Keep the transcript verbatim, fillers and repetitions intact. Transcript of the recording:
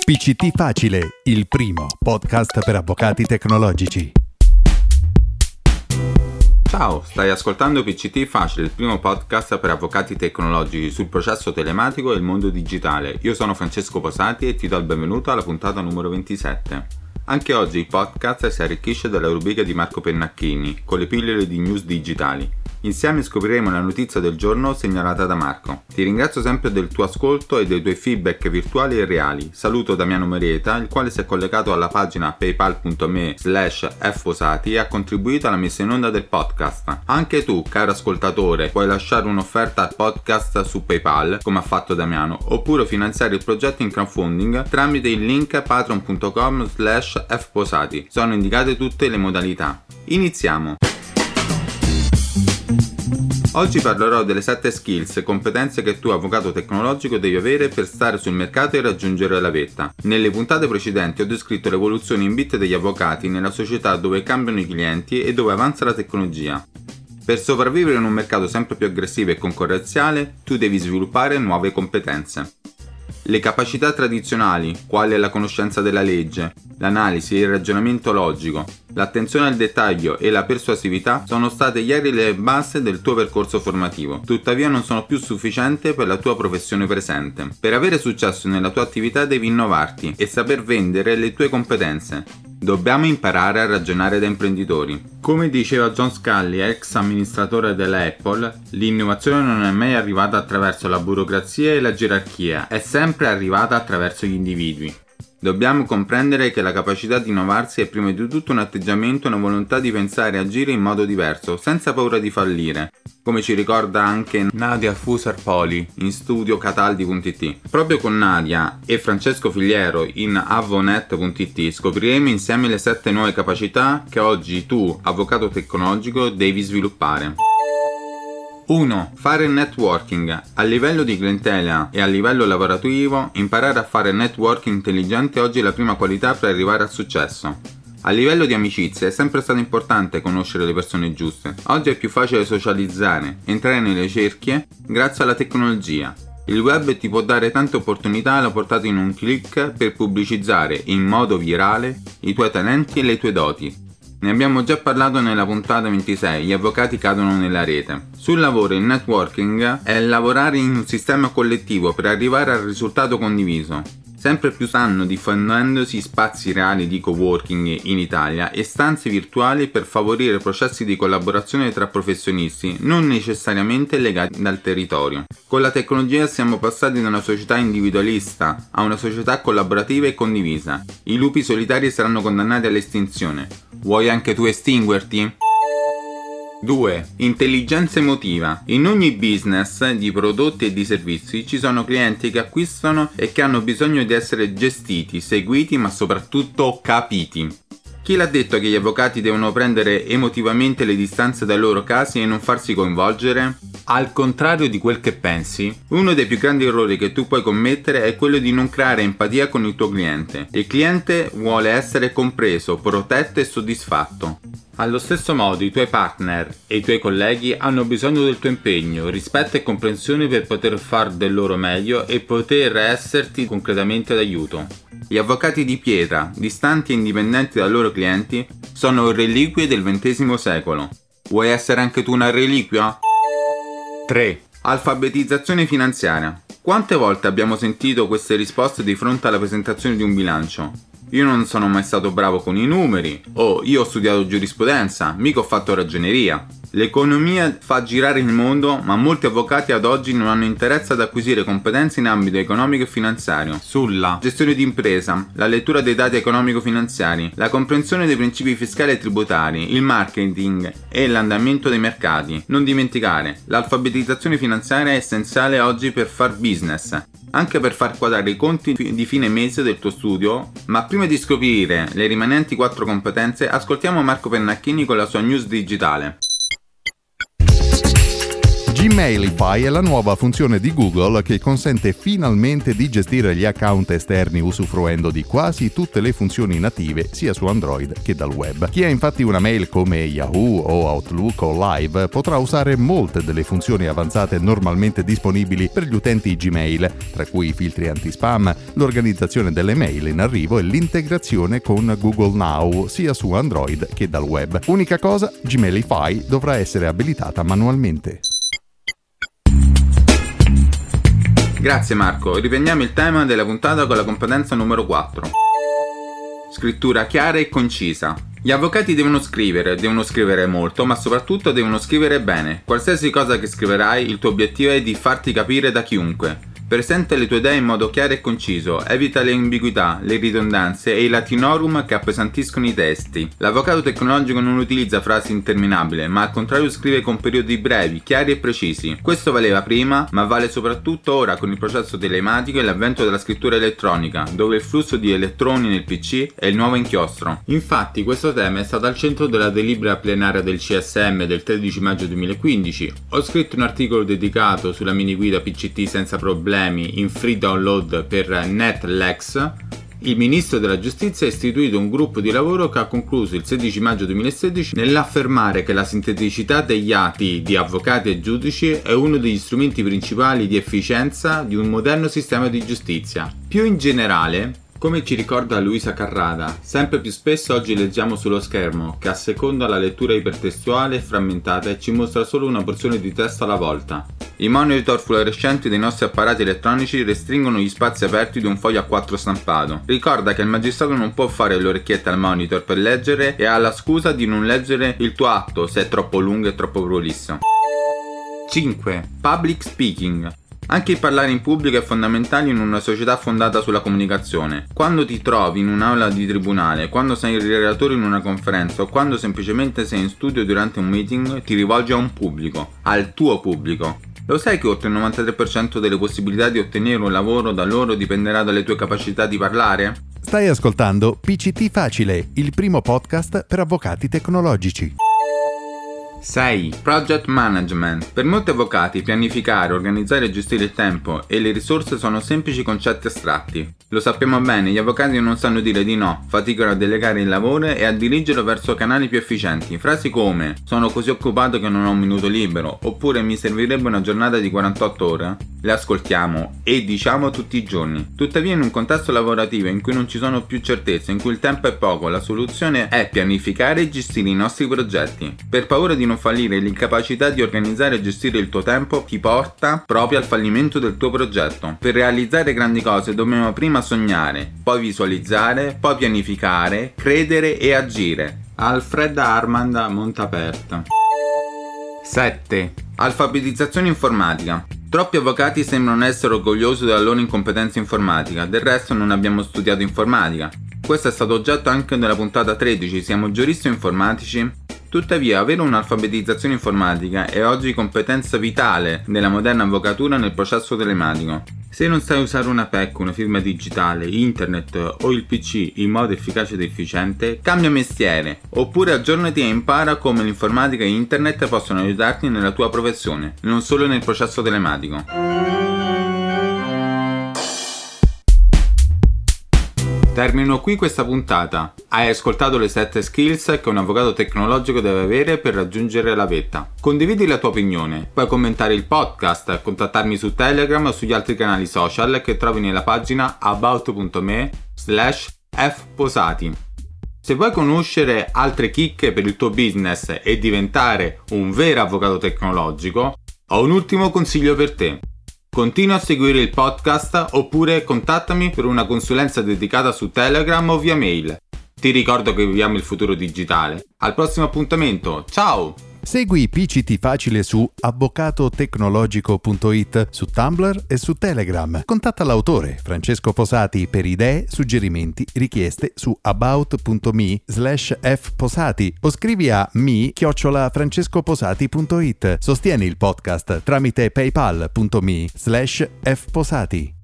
P C T Facile, il primo podcast per avvocati tecnologici. Ciao, stai ascoltando P C T Facile, il primo podcast per avvocati tecnologici sul processo telematico e il mondo digitale. Io sono Francesco Posati e ti do il benvenuto alla puntata numero ventisette. Anche oggi il podcast si arricchisce dalla rubrica di Marco Pennacchini, con le pillole di news digitali. Insieme scopriremo la notizia del giorno segnalata da Marco. Ti ringrazio sempre del tuo ascolto e dei tuoi feedback virtuali e reali. Saluto Damiano Marieta, il quale si è collegato alla pagina paypal punto me slash fposati e ha contribuito alla messa in onda del podcast. Anche tu, caro ascoltatore, puoi lasciare un'offerta al podcast su PayPal, come ha fatto Damiano, oppure finanziare il progetto in crowdfunding tramite il link patreon punto com slash fposati. Sono indicate tutte le modalità. Iniziamo! Oggi parlerò delle sette skills e competenze che tu, avvocato tecnologico, devi avere per stare sul mercato e raggiungere la vetta. Nelle puntate precedenti ho descritto l'evoluzione in bit degli avvocati nella società dove cambiano i clienti e dove avanza la tecnologia. Per sopravvivere in un mercato sempre più aggressivo e concorrenziale, tu devi sviluppare nuove competenze. Le capacità tradizionali, quali la conoscenza della legge, l'analisi e il ragionamento logico, l'attenzione al dettaglio e la persuasività, sono state ieri le basi del tuo percorso formativo, tuttavia non sono più sufficienti per la tua professione presente. Per avere successo nella tua attività devi innovarti e saper vendere le tue competenze. Dobbiamo imparare a ragionare da imprenditori. Come diceva John Sculley, ex amministratore della Apple, l'innovazione non è mai arrivata attraverso la burocrazia e la gerarchia, è sempre arrivata attraverso gli individui. Dobbiamo comprendere che la capacità di innovarsi è prima di tutto un atteggiamento e una volontà di pensare e agire in modo diverso, senza paura di fallire, come ci ricorda anche Nadia Fusar-Poli in studio Cataldi punto it. Proprio con Nadia e Francesco Figliero in avvonet punto it scopriremo insieme le sette nuove capacità che oggi tu, avvocato tecnologico, devi sviluppare. uno. Fare networking. A livello di clientela e a livello lavorativo, imparare a fare networking intelligente oggi è la prima qualità per arrivare al successo. A livello di amicizie è sempre stato importante conoscere le persone giuste. Oggi è più facile socializzare, entrare nelle cerchie grazie alla tecnologia. Il web ti può dare tante opportunità alla portata in un click per pubblicizzare in modo virale i tuoi talenti e le tue doti. Ne abbiamo già parlato nella puntata ventisei, gli avvocati cadono nella rete. Sul lavoro il networking è lavorare in un sistema collettivo per arrivare al risultato condiviso. Sempre più stanno diffondendosi spazi reali di coworking in Italia e stanze virtuali per favorire processi di collaborazione tra professionisti, non necessariamente legati dal territorio. Con la tecnologia siamo passati da una società individualista a una società collaborativa e condivisa. I lupi solitari saranno condannati all'estinzione. Vuoi anche tu estinguerti? due. Intelligenza emotiva. In ogni business di prodotti e di servizi ci sono clienti che acquistano e che hanno bisogno di essere gestiti, seguiti ma soprattutto capiti. Chi l'ha detto che gli avvocati devono prendere emotivamente le distanze dai loro casi e non farsi coinvolgere? Al contrario di quel che pensi, uno dei più grandi errori che tu puoi commettere è quello di non creare empatia con il tuo cliente. Il cliente vuole essere compreso, protetto e soddisfatto. Allo stesso modo i tuoi partner e i tuoi colleghi hanno bisogno del tuo impegno, rispetto e comprensione per poter far del loro meglio e poter esserti concretamente d'aiuto. Gli avvocati di pietra, distanti e indipendenti dai loro clienti, sono reliquie del ventesimo secolo. Vuoi essere anche tu una reliquia? tre. Alfabetizzazione finanziaria. Quante volte abbiamo sentito queste risposte di fronte alla presentazione di un bilancio? Io non sono mai stato bravo con i numeri, o io ho studiato giurisprudenza, mica ho fatto ragioneria. L'economia fa girare il mondo, ma molti avvocati ad oggi non hanno interesse ad acquisire competenze in ambito economico e finanziario. Sulla gestione di impresa, la lettura dei dati economico-finanziari, la comprensione dei principi fiscali e tributari, il marketing e l'andamento dei mercati. Non dimenticare, l'alfabetizzazione finanziaria è essenziale oggi per far business, anche per far quadrare i conti di fine mese del tuo studio. Ma prima di scoprire le rimanenti quattro competenze, ascoltiamo Marco Pennacchini con la sua news digitale. Gmailify è la nuova funzione di Google che consente finalmente di gestire gli account esterni usufruendo di quasi tutte le funzioni native sia su Android che dal web. Chi ha infatti una mail come Yahoo o Outlook o Live potrà usare molte delle funzioni avanzate normalmente disponibili per gli utenti Gmail, tra cui i filtri anti-spam, l'organizzazione delle mail in arrivo e l'integrazione con Google Now sia su Android che dal web. Unica cosa, Gmailify dovrà essere abilitata manualmente. Grazie Marco, riprendiamo il tema della puntata con la competenza numero quattro. Scrittura chiara e concisa. Gli avvocati devono scrivere, devono scrivere molto, ma soprattutto devono scrivere bene. Qualsiasi cosa che scriverai, il tuo obiettivo è di farti capire da chiunque. Presenta le tue idee in modo chiaro e conciso, evita le ambiguità, le ridondanze e i latinorum che appesantiscono i testi. L'avvocato tecnologico non utilizza frasi interminabili, ma al contrario scrive con periodi brevi, chiari e precisi. Questo valeva prima, ma vale soprattutto ora con il processo telematico e l'avvento della scrittura elettronica, dove il flusso di elettroni nel P C è il nuovo inchiostro. Infatti questo tema è stato al centro della delibera plenaria del C S M del tredici maggio duemilaquindici. Ho scritto un articolo dedicato sulla mini guida P C T senza problemi in free download per NetLex. Il ministro della giustizia ha istituito un gruppo di lavoro che ha concluso il sedici maggio duemilasedici nell'affermare che la sinteticità degli atti di avvocati e giudici è uno degli strumenti principali di efficienza di un moderno sistema di giustizia. Più in generale, come ci ricorda Luisa Carrada, sempre più spesso oggi leggiamo sullo schermo che asseconda la lettura ipertestuale e frammentata e ci mostra solo una porzione di testo alla volta. I monitor fluorescenti dei nostri apparati elettronici restringono gli spazi aperti di un foglio A quattro stampato. Ricorda che il magistrato non può fare l'orecchietta al monitor per leggere e ha la scusa di non leggere il tuo atto se è troppo lungo e troppo prolisso. cinque. Public speaking. Anche il parlare in pubblico è fondamentale in una società fondata sulla comunicazione. Quando ti trovi in un'aula di tribunale, quando sei il relatore in una conferenza o quando semplicemente sei in studio durante un meeting, ti rivolgi a un pubblico, al tuo pubblico. Lo sai che oltre il novantatré per cento delle possibilità di ottenere un lavoro da loro dipenderà dalle tue capacità di parlare? Stai ascoltando P C T Facile, il primo podcast per avvocati tecnologici. sei. Project Management. Per molti avvocati pianificare, organizzare e gestire il tempo e le risorse sono semplici concetti astratti. Lo sappiamo bene, gli avvocati non sanno dire di no, faticano a delegare il lavoro e a dirigerlo verso canali più efficienti. Frasi come "sono così occupato che non ho un minuto libero" oppure "mi servirebbe una giornata di quarantotto ore" le ascoltiamo e diciamo tutti i giorni. Tuttavia, in un contesto lavorativo in cui non ci sono più certezze, in cui il tempo è poco, la soluzione è pianificare e gestire i nostri progetti. Per paura di non fallire, l'incapacità di organizzare e gestire il tuo tempo ti porta proprio al fallimento del tuo progetto. Per realizzare grandi cose dobbiamo prima sognare, poi visualizzare, poi pianificare, credere e agire. Alfred Armand Montapert. sette. Alfabetizzazione informatica. Troppi avvocati sembrano essere orgogliosi della loro incompetenza informatica, del resto non abbiamo studiato informatica. Questo è stato oggetto anche della puntata tredici, siamo giuristi informatici? Tuttavia, avere un'alfabetizzazione informatica è oggi competenza vitale nella moderna avvocatura nel processo telematico. Se non sai usare una P E C, una firma digitale, internet o il P C in modo efficace ed efficiente, cambia mestiere, oppure aggiornati e impara come l'informatica e internet possono aiutarti nella tua professione, non solo nel processo telematico. Termino qui questa puntata. Hai ascoltato le sette skills che un avvocato tecnologico deve avere per raggiungere la vetta. Condividi la tua opinione, puoi commentare il podcast, contattarmi su Telegram o sugli altri canali social che trovi nella pagina about.me slash fposati. Se vuoi conoscere altre chicche per il tuo business e diventare un vero avvocato tecnologico, ho un ultimo consiglio per te. Continua a seguire il podcast oppure contattami per una consulenza dedicata su Telegram o via mail. Ti ricordo che viviamo il futuro digitale. Al prossimo appuntamento, ciao! Segui P C T Facile su avvocato tecnologico punto it, su Tumblr e su Telegram. Contatta l'autore Francesco Posati per idee, suggerimenti, richieste su about.me slash fposati o scrivi a mi chiocciola francescoposati punto it. Sostieni il podcast tramite paypal.me slash fposati.